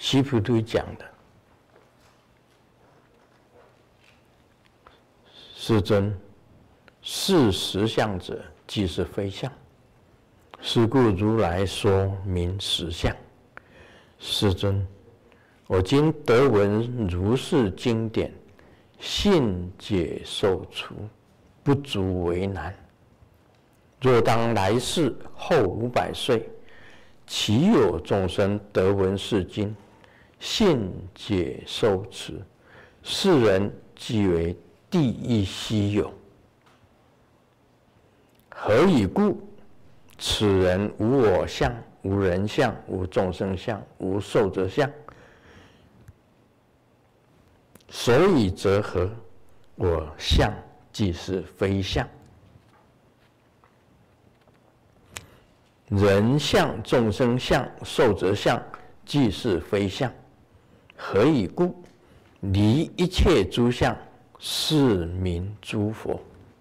须菩提讲的，世尊，是实相者，即是非相。是故如来说明实相。世尊，我今得闻如是经典，信解受除，不足为难。若当来世后500岁，岂有众生得闻是经，信解受持？是人即为第一希有。何以故？此人无我相，无人相，无众生相，无寿者相。所以则何？我相即是非相。人相、众生相、寿者相，即是非相。何以故？离一切诸相，是名诸佛。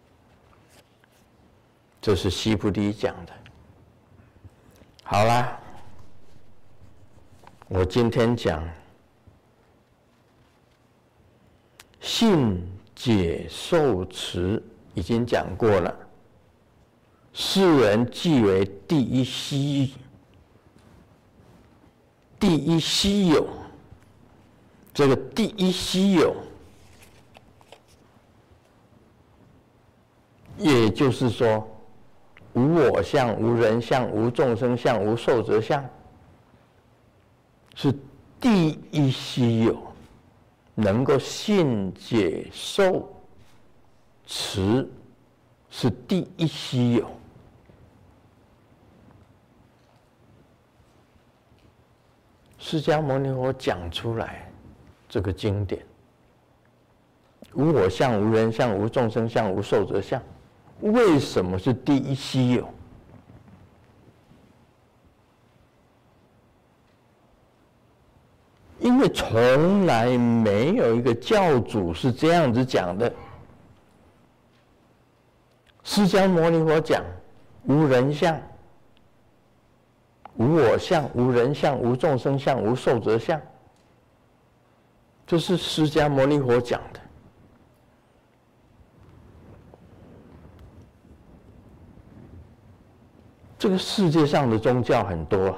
这是须菩提讲的。好啦，我今天讲信解受持已经讲过了。世人即为第一希有。这个第一希有，也就是说，无我相，无人相，无众生相，无寿者相，是第一希有，能够信解受持，是第一希有。释迦牟尼佛讲出来这个经典，无我相，无人相，无众生相，无寿者相，为什么是第一希有？因为从来没有一个教主是这样子讲的。释迦牟尼佛讲无人相，无我相，无人相，无众生相，无寿者相，这是释迦牟尼佛讲的。这个世界上的宗教很多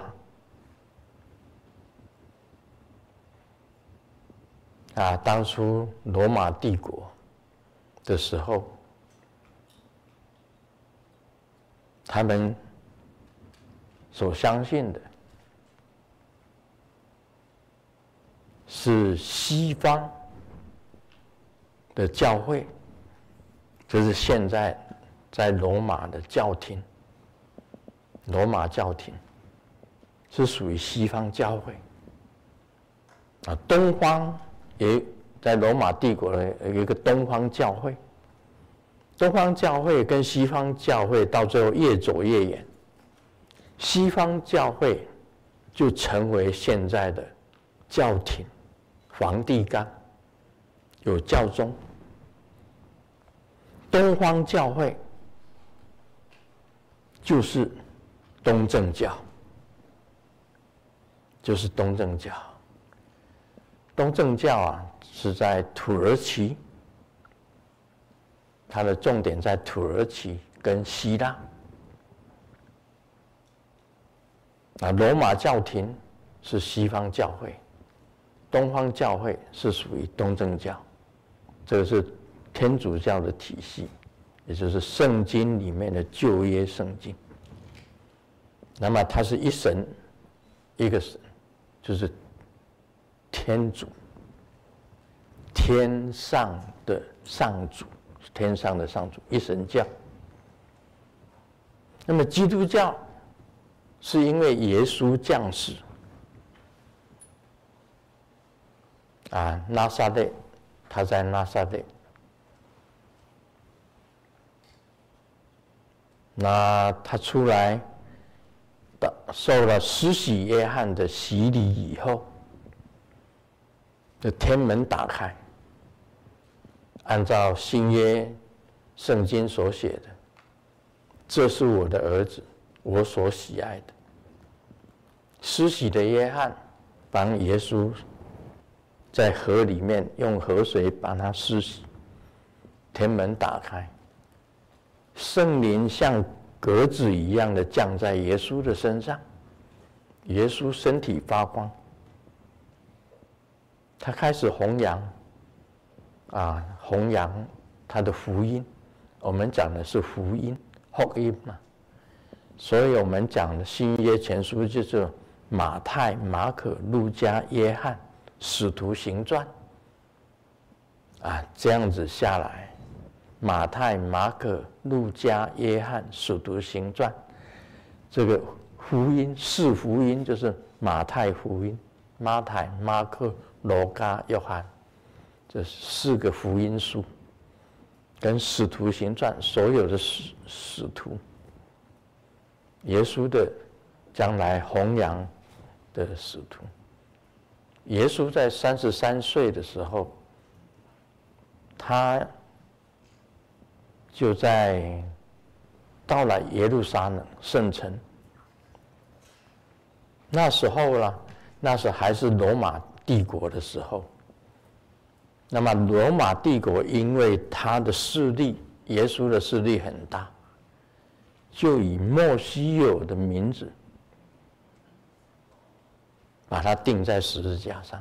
当初罗马帝国的时候，他们所相信的是西方的教会，就是现在在罗马的教廷，罗马教廷是属于西方教会东方也在罗马帝国有一个东方教会，东方教会跟西方教会到最后越走越远，西方教会就成为现在的教廷，梵蒂冈有教宗，东方教会就是东正教，就是东正教。东正教是在土耳其，它的重点在土耳其跟希腊。罗马教廷是西方教会，东方教会是属于东正教，这个是天主教的体系，也就是圣经里面的旧约圣经。那么它是一神，一个神，就是天主，天上的上主，天上的上主，一神教。那么基督教是因为耶稣降世拿撒勒，他在拿撒勒，那他出来受了施洗约翰的洗礼以后，这天门打开，按照新约圣经所写的，这是我的儿子，我所喜爱的。施洗的约翰帮耶稣在河里面用河水把它施洗，天门打开，圣灵像鸽子一样的降在耶稣的身上，耶稣身体发光，他开始弘扬他的福音。我们讲的是福音，福音嘛。所以我们讲的新约全书就是马太、马可、路加、约翰、使徒行传这样子下来，马太、马可、路加、约翰、使徒行传，这个福音四福音就是马太福音、马太、马可、路加、约翰，这4个福音书，跟使徒行传所有的使徒，耶稣的将来弘扬的使徒。耶稣在33岁的时候，他就到了耶路撒冷圣城。那时候那时还是罗马帝国的时候。那么罗马帝国因为他的势力，耶稣的势力很大，就以莫须有的名字把他钉在十字架上。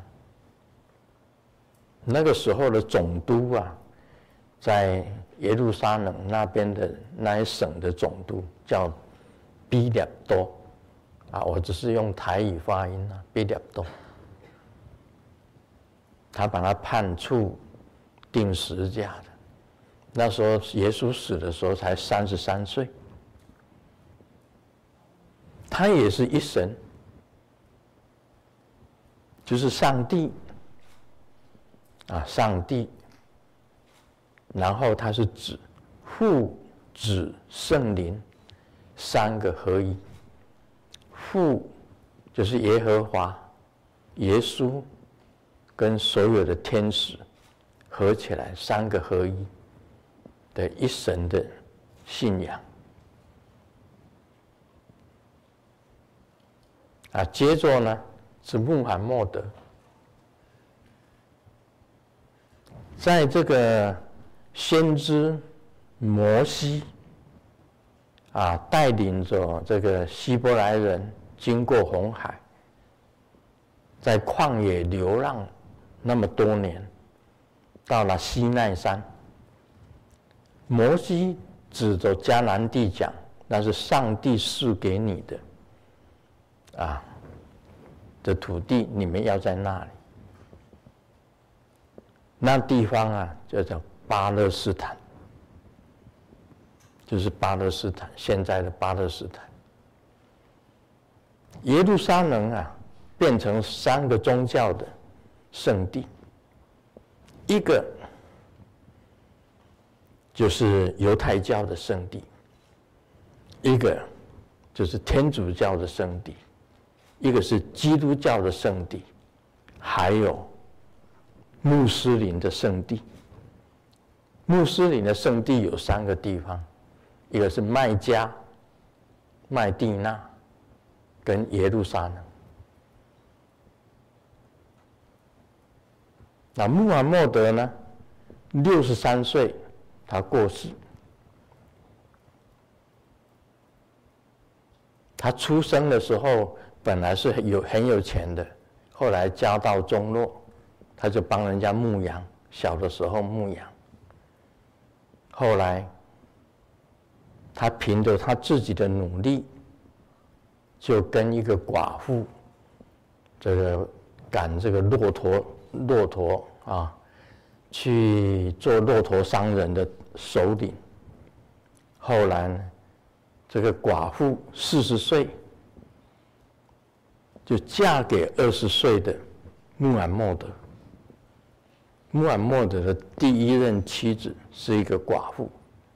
那个时候的总督在耶路撒冷那边的那一省的总督叫比勒多我只是用台语发音比勒多。他把他判处钉十字架的。那时候耶稣死的时候才33岁，他也是一神，就是上帝上帝，然后他是子、父、子、圣灵3个合一。父就是耶和华，耶稣跟所有的天使合起来3个合一的一神的信仰接着呢是穆罕默德，在这个先知摩西带领着这个希伯来人经过红海，在旷野流浪那么多年，到了西奈山，摩西指着迦南地讲，那是上帝赐给你的土地，你们要在那里。那地方就叫巴勒斯坦，就是巴勒斯坦，现在的巴勒斯坦。耶路撒冷变成3个宗教的圣地，一个就是犹太教的圣地，一个就是天主教的圣地，一个是基督教的圣地，还有穆斯林的圣地。穆斯林的圣地有3个地方，一个是麦加、麦地那跟耶路撒冷。那穆罕默德呢，63岁他过世。他出生的时候本来是很有钱的，后来家道中落，他就帮人家牧羊，小的时候牧羊。后来他凭着他自己的努力，就跟一个寡妇赶这个骆驼去做骆驼商人的首领。后来呢，这个寡妇40岁就嫁给20岁的穆罕默德。穆罕默德的第1任妻子是一个寡妇。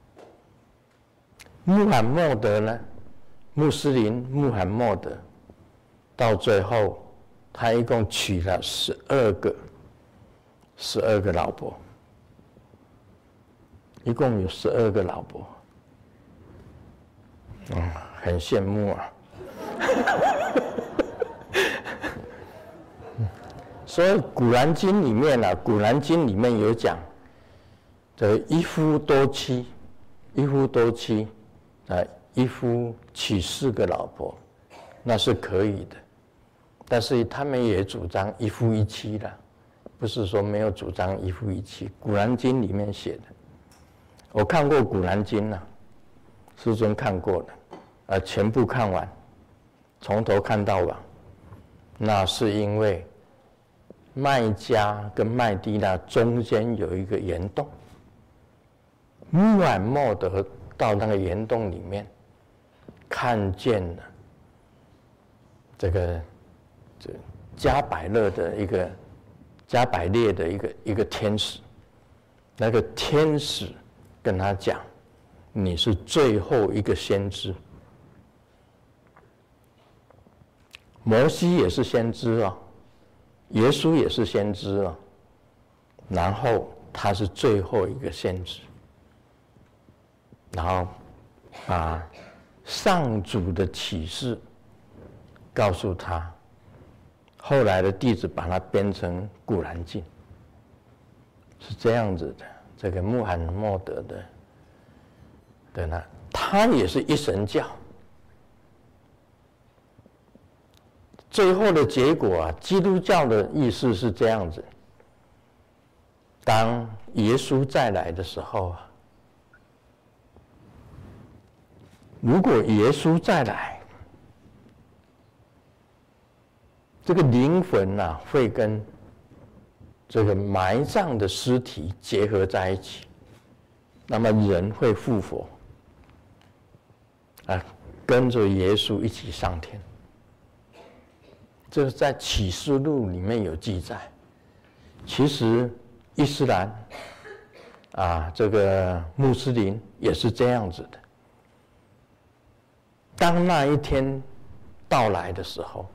穆罕默德呢，穆斯林穆罕默德，到最后他一共娶了12个老婆，一共有12个老婆。很羡慕所以《古兰经》里面啊，《古兰经》里面有讲，这一夫多妻，一夫多妻，一夫娶4个老婆，那是可以的。但是他们也主张一夫一妻的，不是说没有主张一夫一妻。《古兰经》里面写的，我看过《古兰经》啊，师尊看过的，全部看完，从头看到尾。那是因为麦加跟麦地那中间有一个岩洞，穆罕默德到那个岩洞里面，看见了这加百列的一个天使，那个天使跟他讲：“你是最后一个先知。”摩西也是先知啊，耶稣也是先知啊，然后他是最后一个先知，然后把上主的启示告诉他，后来的弟子把它编成《古兰经》，是这样子的。这个穆罕默德的呢，他也是一神教。最后的结果啊，基督教的意思是这样子：当耶稣再来的时候啊，如果耶稣再来，这个灵魂啊会跟这个埋葬的尸体结合在一起，那么人会复活，跟着耶稣一起上天。这是在启示录里面有记载。其实伊斯兰这个穆斯林也是这样子的。当那一天到来的时候，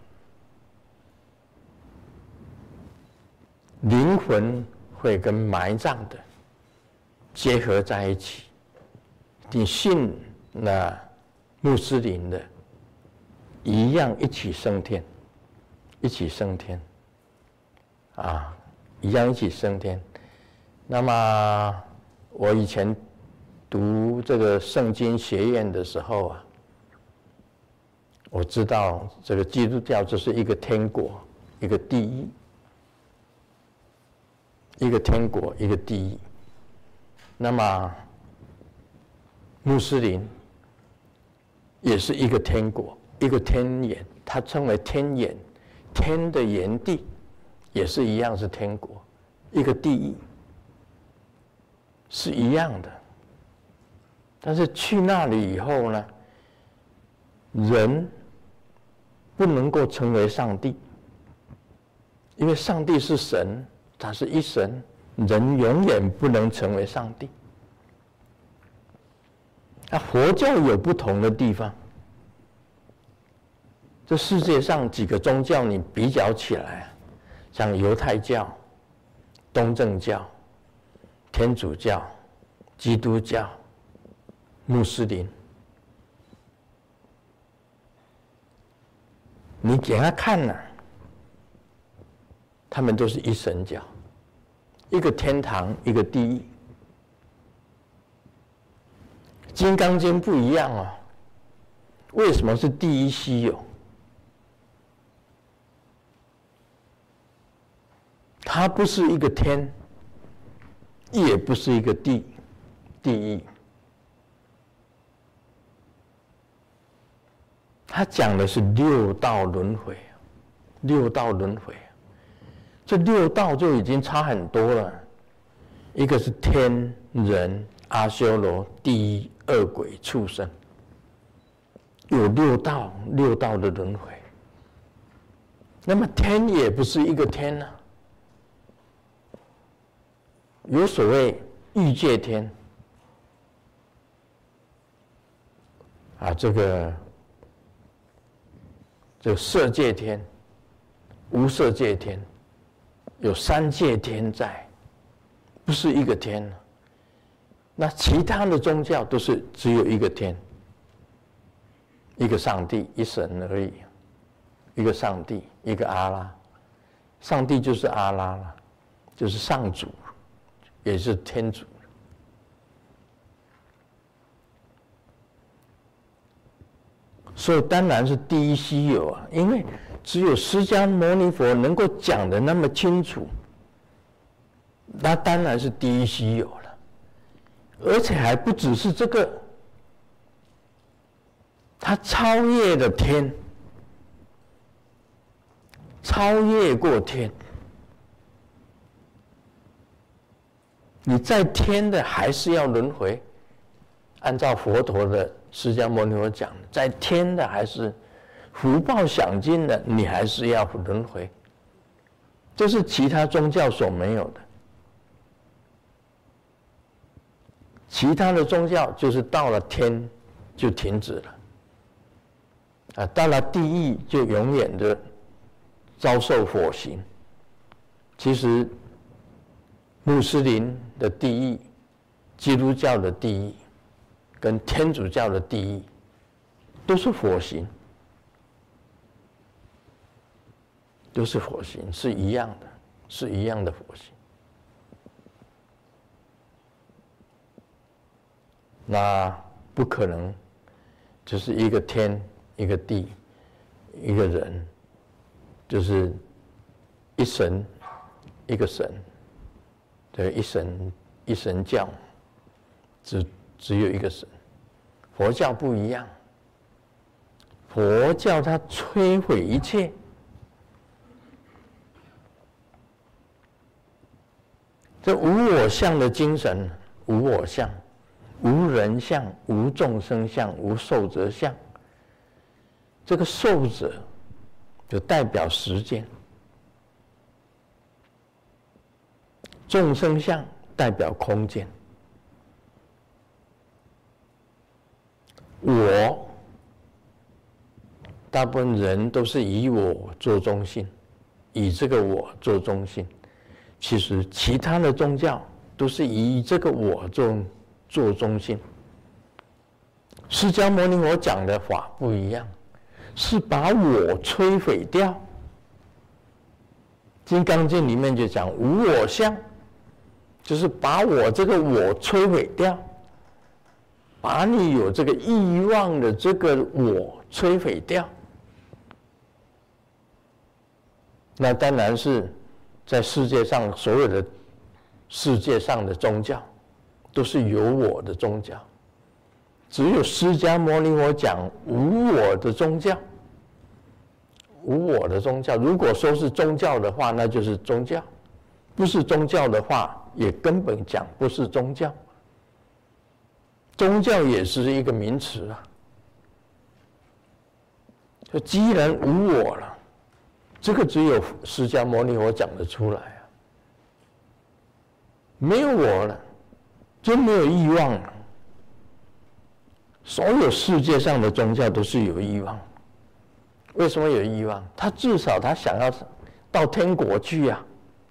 灵魂会跟埋葬的结合在一起。你信那穆斯林的，一样一起升天。一起升天，一样一起升天。那么我以前读这个圣经学院的时候啊，我知道这个基督教就是一个天国，一个地狱，一个天国，一个地狱。那么穆斯林也是一个天国，一个天眼，它称为天眼。天的原地也是一样，是天国，一个地狱是一样的。但是去那里以后呢，人不能够成为上帝，因为上帝是神，他是一神，人永远不能成为上帝。佛教有不同的地方。这世界上几个宗教你比较起来，像犹太教、东正教、天主教、基督教、穆斯林，你给他看了，他们都是一神教，一个天堂，一个地狱。金刚经不一样啊，为什么是第一稀有？它不是一个天，也不是一个地狱。它讲的是六道轮回，六道轮回。这六道就已经差很多了，一个是天人、阿修罗、地狱、恶鬼、畜生，有六道的轮回。那么天也不是一个天啊。有所谓欲界天这个色界天、无色界天，有三界天在，不是一个天。那其他的宗教都是只有一个天，一个上帝，一神而已，一个上帝，一个阿拉， 上帝就是阿拉了，就是上主，也是天主。所以当然是第一稀有啊，因为只有释迦牟尼佛能够讲得那么清楚，那当然是第一稀有了。而且还不只是这个，他超越了天，超越过天。你在天的还是要轮回，按照佛陀的释迦牟尼佛讲的，在天的还是福报享尽的，你还是要轮回，这是其他宗教所没有的。其他的宗教就是到了天就停止了，到了地狱就永远的遭受火刑。其实穆斯林的地狱、基督教的地狱跟天主教的地狱都是火刑，都是火刑，是一样的，是一样的火刑。那不可能，就是一个天，一个地，一个人，就是一神，一个神，对，一神教，只有一个神。佛教不一样，佛教它摧毁一切，这无我相的精神，无我相。无人相，无众生相，无寿者相。这个寿者就代表时间，众生相代表空间。我，大部分人都是以我做中心，以这个我做中心。其实其他的宗教都是以这个我做中心。释迦牟尼佛讲的法不一样，是把我摧毁掉。《金刚经》里面就讲无我相，就是把我这个我摧毁掉，把你有这个欲望的这个我摧毁掉。那当然是在世界上所有的世界上的宗教都是有我的宗教，只有释迦牟尼佛讲无我的宗教。无我的宗教，如果说是宗教的话，那就是宗教；不是宗教的话，也根本讲不是宗教。宗教也是一个名词啊。就既然无我了，这个只有释迦牟尼佛讲得出来啊。没有我了，就没有欲望了。所有世界上的宗教都是有欲望。为什么有欲望？他至少他想要到天国去啊，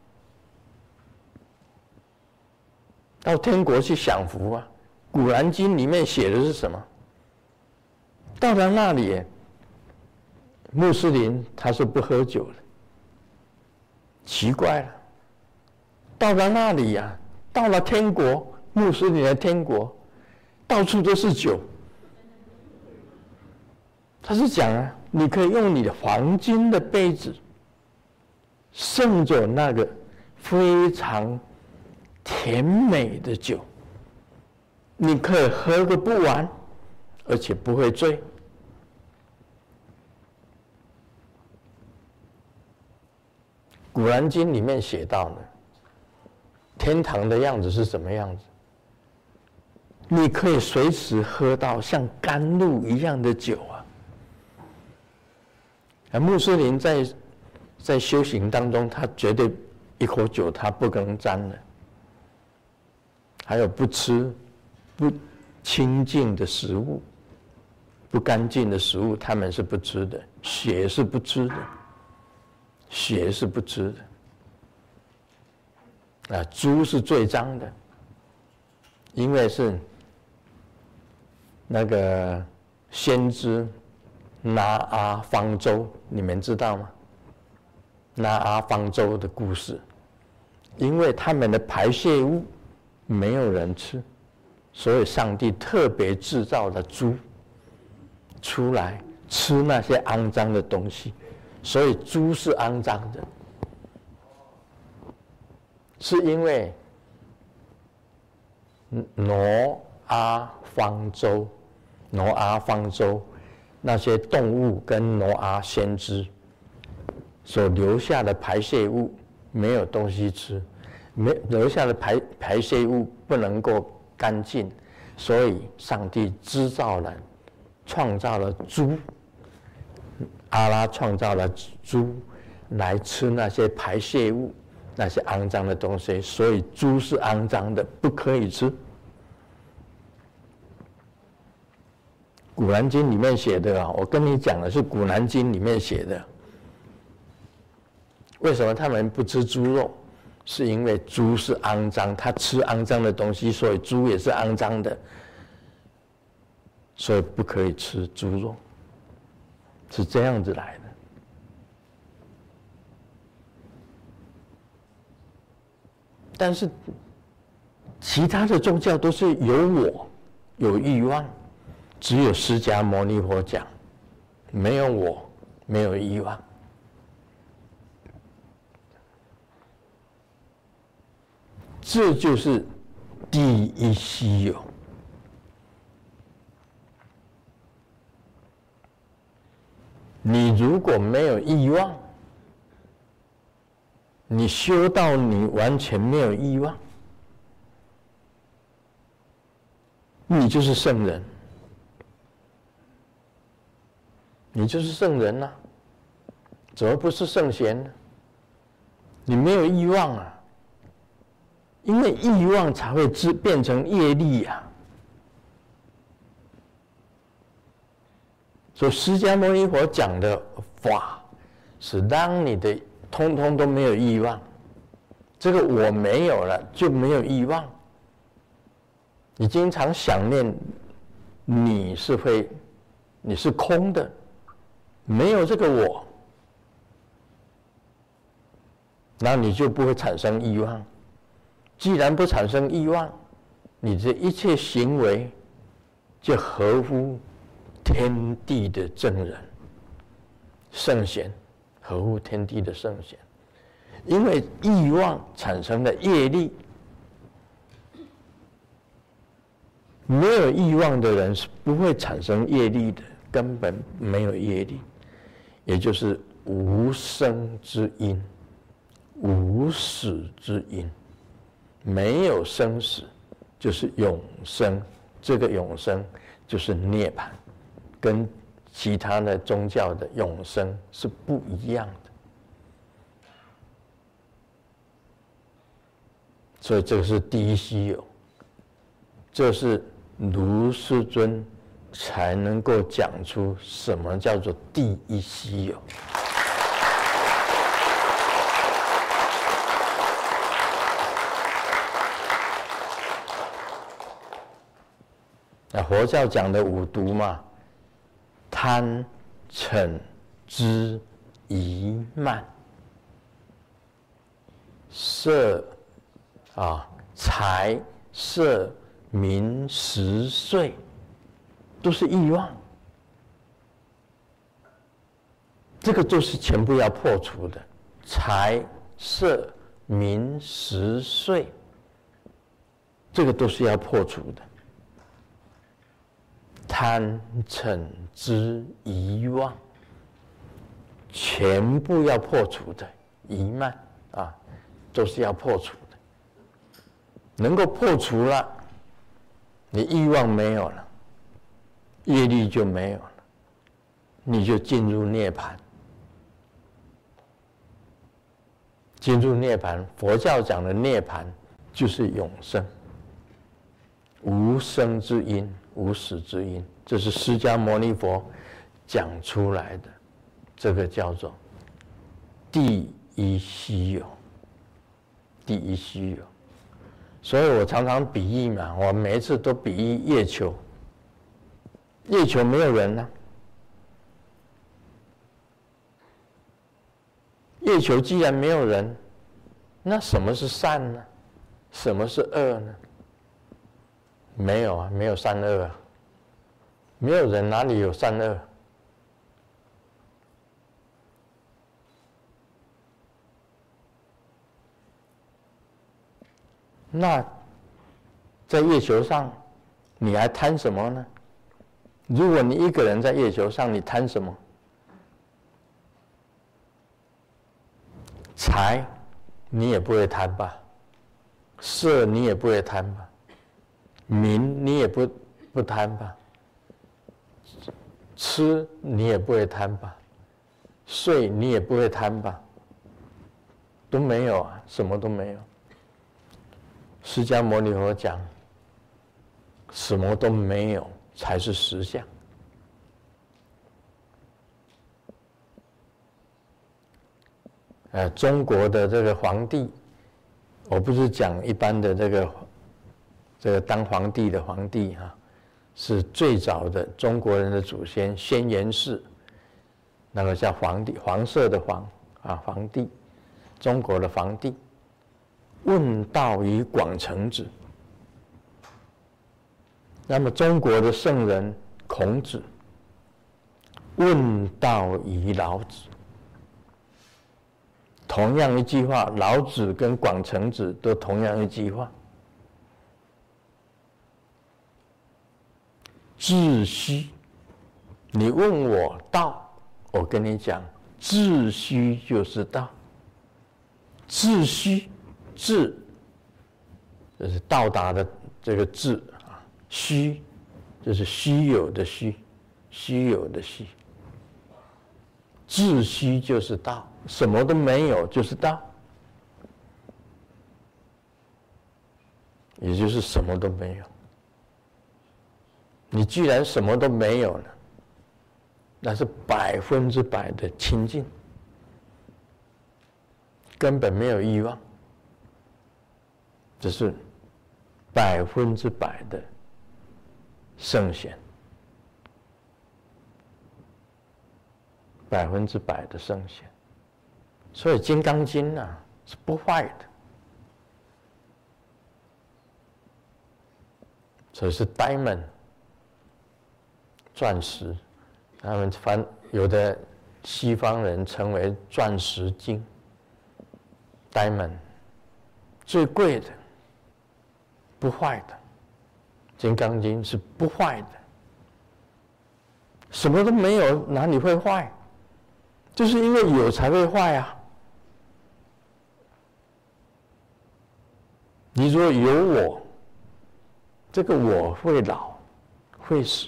到天国去享福啊。《古兰经》里面写的是什么？到了那里，穆斯林他是不喝酒的，奇怪了。到了那里呀，到了天国，穆斯林的天国，到处都是酒。他是讲啊，你可以用你的黄金的杯子，盛着那个非常甜美的酒，你可以喝个不完，而且不会醉。古兰经里面写到的，天堂的样子是什么样子？你可以随时喝到像甘露一样的酒啊！穆斯林在修行当中，他绝对一口酒他不能沾的。还有不吃不清净的食物，不干净的食物，他们是不吃的。血是不吃的，血是不吃的。猪是最脏的，因为是那个先知拿阿方舟，你们知道吗？ 拿阿方舟的故事，因为他们的排泄物没有人吃，所以上帝特别制造了猪出来吃那些肮脏的东西，所以猪是肮脏的，是因为挪阿方舟那些动物跟挪阿先知所留下的排泄物没有东西吃，留下的排泄物不能够干净，所以上帝创造了猪，阿拉创造了猪来吃那些排泄物，那些肮脏的东西，所以猪是肮脏的，不可以吃。古兰经里面写的啊，我跟你讲的是古兰经里面写的。为什么他们不吃猪肉？是因为猪是肮脏，它吃肮脏的东西，所以猪也是肮脏的，所以不可以吃猪肉，是这样子来的。但是其他的宗教都是有我，有欲望。只有释迦牟尼佛讲，没有我，没有欲望。这就是第一稀有。你如果没有欲望，你修到你完全没有欲望，你就是圣人。你就是圣人啊，怎么不是圣贤呢？你没有欲望啊，因为欲望才会变成业力啊。所以释迦牟尼佛讲的法，是让你的通通都没有欲望。这个我没有了，就没有欲望。你经常想念，你是空的。没有这个我，那你就不会产生欲望。既然不产生欲望，你的一切行为就合乎天地的正人、圣贤，合乎天地的圣贤。因为欲望产生的业力，没有欲望的人是不会产生业力的，根本没有业力。也就是无生之因，无死之因，没有生死，就是永生。这个永生就是涅槃，跟其他的宗教的永生是不一样的。所以这个是第一稀有，这是卢师尊才能够讲出什么叫做第一稀有。那佛教讲的五毒嘛，贪、嗔、痴、疑、慢、色财、色、名、食、睡。都是欲望，这个都是全部要破除的。财、色、名、食、睡，这个都是要破除的。贪、嗔、痴、疑、妄，全部要破除的。疑慢啊，都是要破除的。能够破除了，你欲望没有了。业力就没有了，你就进入涅槃。进入涅槃，佛教讲的涅槃就是永生，无生之因，无死之因，这是释迦牟尼佛讲出来的，这个叫做第一稀有。第一稀有，所以我常常比喻嘛，我每一次都比喻月球。月球没有人啊， 月球既然没有人，那什么是善呢？什么是恶呢？没有啊，没有善恶啊，没有人哪里有善恶？那在月球上，你还贪什么呢？如果你一个人在月球上，你贪什么？财，你也不会贪吧？色，你也不会贪吧？名，你也不贪吧？吃，你也不会贪吧？睡，你也不会贪吧？都没有啊，什么都没有。释迦牟尼佛讲，什么都没有才是实相。中国的这个皇帝，我不是讲一般的这个当皇帝的皇帝哈，是最早的中国人的祖先轩辕氏，那个叫皇帝，黄色的黄啊，皇帝，中国的皇帝，问道于广成子。那么中国的圣人孔子，问道于老子。同样一句话，老子跟广成子都同样一句话：自虚。你问我道，我跟你讲，自虚就是道。自虚，自就是到达的这个自啊，虚就是虚有的虚，虚有的虚。自虚就是道，什么都没有就是道，也就是什么都没有。你既然什么都没有了，那是100%的清净，根本没有欲望，这是100%的圣贤。100%的圣贤，所以《金刚经》啊是不坏的，所以是 diamond 钻石，他们有的西方人称为钻石经 diamond 最贵的，不坏的，《金刚经》是不坏的，什么都没有，哪里会坏？就是因为有才会坏啊！你说有我，这个我会老，会死，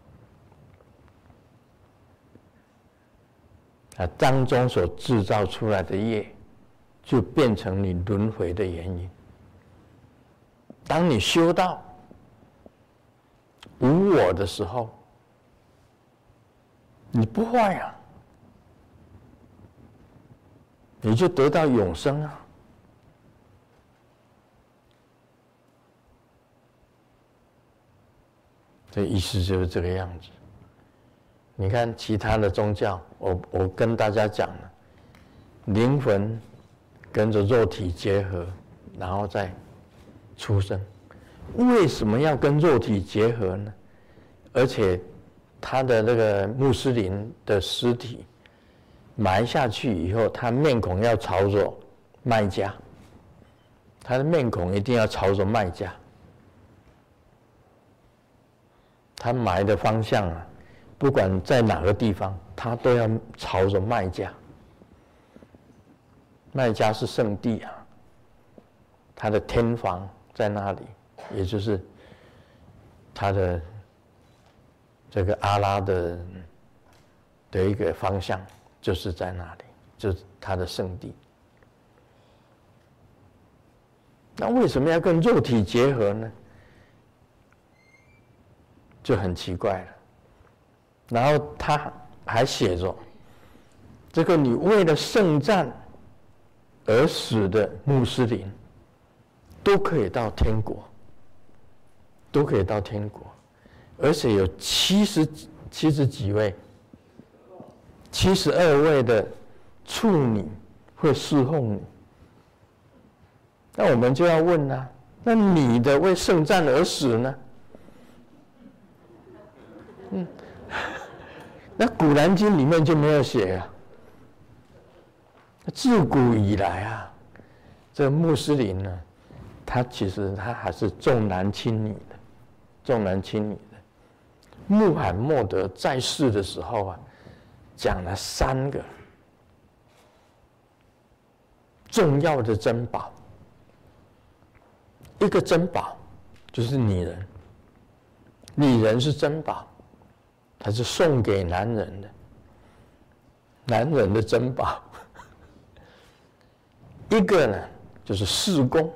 当中所制造出来的业，就变成你轮回的原因。当你修到无我的时候，你不坏啊！你就得到永生啊！这意思就是这个样子。你看其他的宗教，我跟大家讲了，灵魂跟着肉体结合，然后再出生。为什么要跟肉体结合呢？而且他的那个穆斯林的尸体埋下去以后，他面孔要朝着麦加，他的面孔一定要朝着麦加，他埋的方向啊，不管在哪个地方，他都要朝着麦加。麦加是圣地啊，他的天房在那里，也就是他的这个阿拉的一个方向。就是在那里，就是他的圣地。那为什么要跟肉体结合呢？就很奇怪了。然后他还写着，这个你为了圣战而死的穆斯林，都可以到天国，都可以到天国，而且有70几位。72位的处女会侍奉你。那我们就要问啊，那你的为圣战而死呢？那《古兰经》里面就没有写啊。自古以来啊，这个穆斯林呢，其实他还是重男轻女的，重男轻女的。穆罕默德在世的时候啊，讲了3个重要的珍宝。一个珍宝就是女人，女人是珍宝，它是送给男人的，男人的珍宝。一个呢就是事工。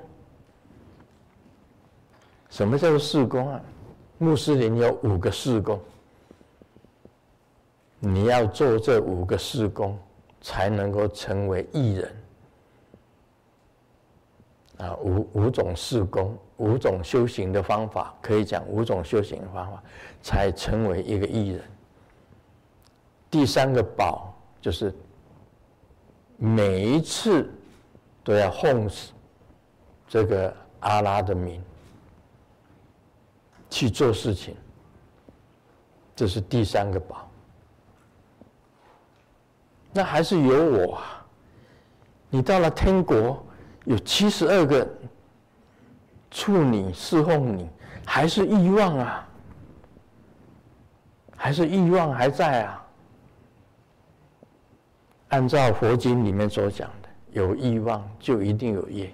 什么叫做事工啊？穆斯林有5个事工，你要做这5个事工，才能够成为义人。啊，5种事工，5种修行的方法，可以讲5种修行的方法，才成为一个义人。第3个宝就是每一次都要奉这个阿拉的名去做事情，这是第3个宝。那还是有我啊！你到了天国，有72个处女侍奉你，还是欲望啊，还是欲望还在啊。按照佛经里面所讲的，有欲望就一定有业。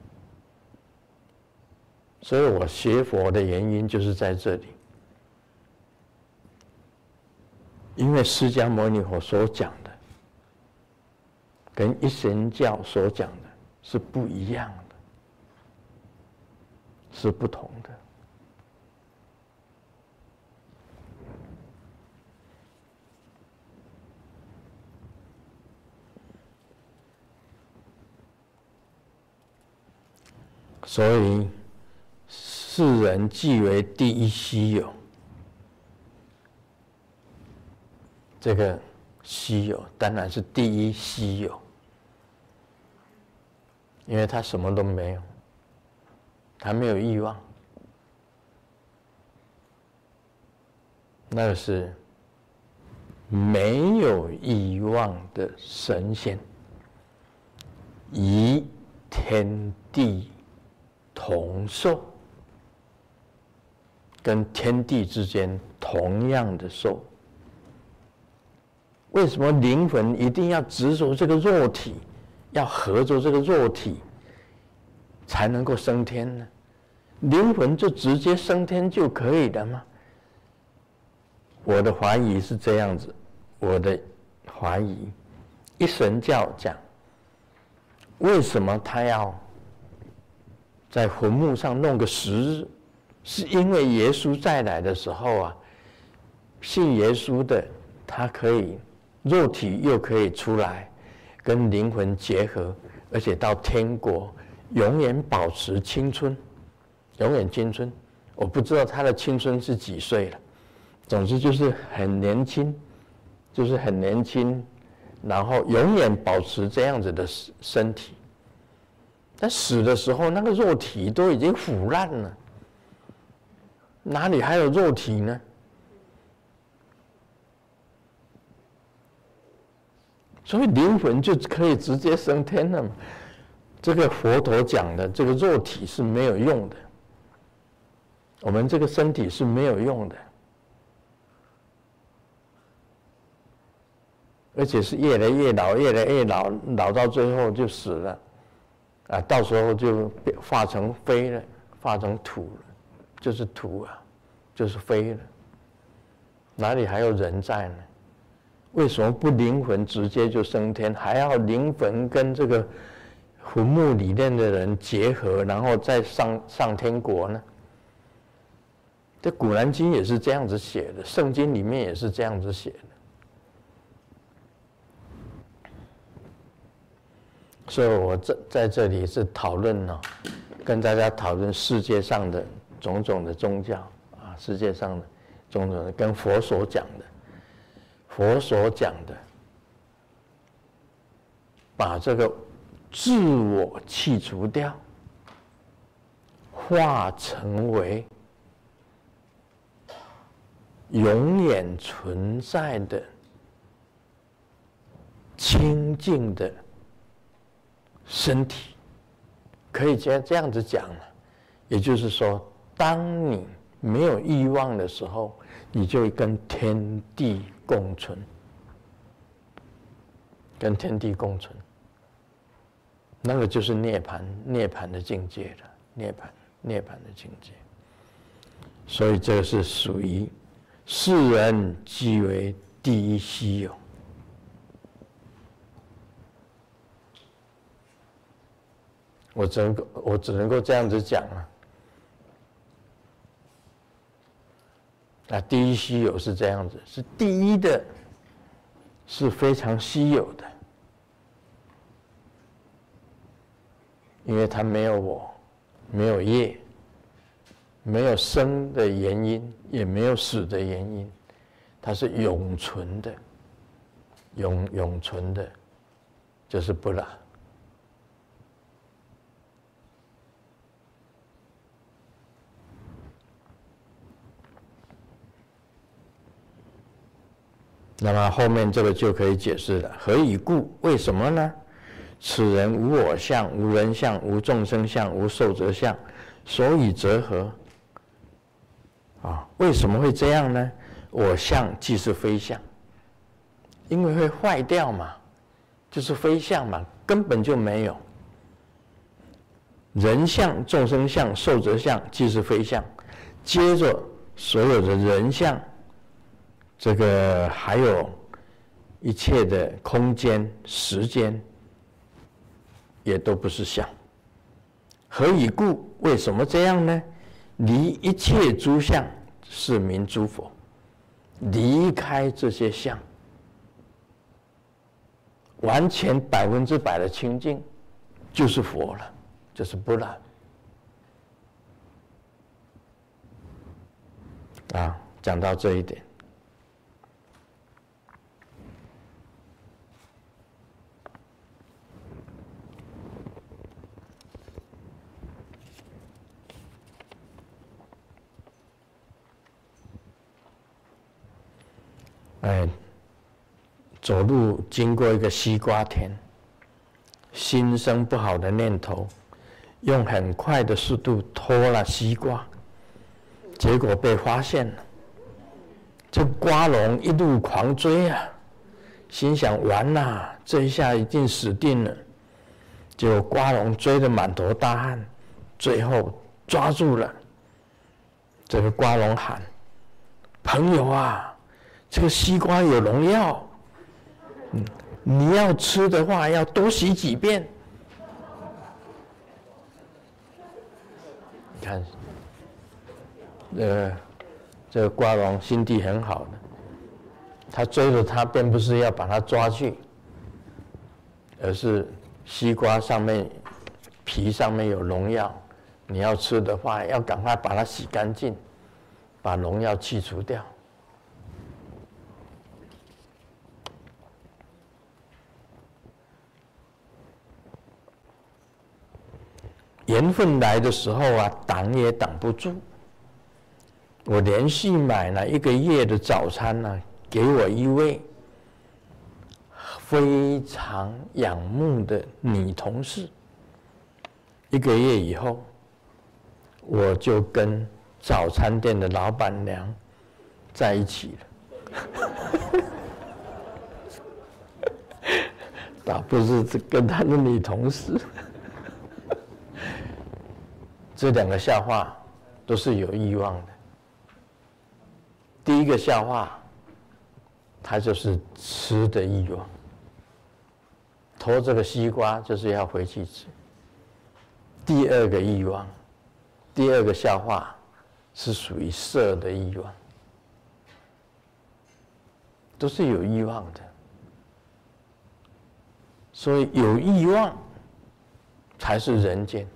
所以我学佛的原因就是在这里，因为释迦牟尼佛所讲的，跟一神教所讲的是不一样的，是不同的。所以世人即为第一稀有，这个稀有当然是第一稀有，因为他什么都没有，他没有欲望，那个是没有欲望的神仙，与天地同寿，跟天地之间同样的寿。为什么灵魂一定要执着这个肉体，要合着这个肉体才能够升天呢？灵魂就直接升天就可以了吗？我的怀疑是这样子，我的怀疑，一神教讲，为什么他要在坟墓上弄个10日？是因为耶稣再来的时候啊，信耶稣的他可以肉体又可以出来，跟灵魂结合，而且到天国永远保持青春，永远青春。我不知道他的青春是几岁了，总之就是很年轻，就是很年轻，然后永远保持这样子的身体。但死的时候，那个肉体都已经腐烂了，哪里还有肉体呢？所以灵魂就可以直接升天了嘛。这个佛陀讲的这个肉体是没有用的，我们这个身体是没有用的，而且是越来越老，越来越老，老到最后就死了，啊，到时候就化成灰了，化成土了，就是土啊，就是灰了，哪里还有人在呢？为什么不灵魂直接就升天，还要灵魂跟这个坟墓里面的人结合，然后再上天国呢？这《古兰经》也是这样子写的，圣经里面也是这样子写的。所以我在这里是讨论呢，跟大家讨论世界上的种种的宗教啊，世界上的种种的跟佛所讲的。佛所讲的把这个自我去除掉，化成为永远存在的清净的身体，可以这样子讲了。也就是说，当你没有欲望的时候，你就跟天地共存，跟天地共存，那个就是涅槃的境界了，涅槃的境界。所以这个是属于世人即为第一稀有。我只能够这样子讲了。第一稀有是这样子，是第一的，是非常稀有的，因为它没有我，没有业，没有生的原因，也没有死的原因，它是永存的，永存的，就是不染。那么后面这个就可以解释了。何以故？为什么呢？此人无我相，无人相，无众生相，无寿者相，所以则何？为什么会这样呢？我相即是非相，因为会坏掉嘛，就是非相嘛，根本就没有。人相、众生相、寿者相即是非相，接着所有的人相。这个还有一切的空间、时间，也都不是相。何以故？为什么这样呢？离一切诸相，是名诸佛。离开这些相，完全100%的清净，就是佛了，就是不染。讲到这一点。走路经过一个西瓜田，心生不好的念头，用很快的速度拖了西瓜，结果被发现了。这瓜农一路狂追啊，心想完了，这一下一定死定了。结果瓜农追得满头大汗，最后抓住了。这个瓜农喊：“朋友啊！这个西瓜有农药，你要吃的话要多洗几遍。”你看，这个瓜农心地很好的，他追着他，并不是要把他抓去，而是西瓜上面皮上面有农药，你要吃的话要赶快把它洗干净，把农药去除掉。缘分来的时候挡也挡不住。我连续买了1个月的早餐给我一位非常仰慕的女同事。1个月以后，我就跟早餐店的老板娘在一起了。不是跟他的女同事。这2个笑话都是有欲望的。第一个笑话，它就是吃的欲望，拖这个西瓜就是要回去吃。第二个欲望，第2个笑话是属于色的欲望，都是有欲望的。所以有欲望才是人间。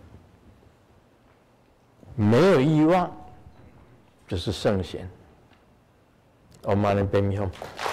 没有欲望，就是圣贤。Om Mani Padme Hum。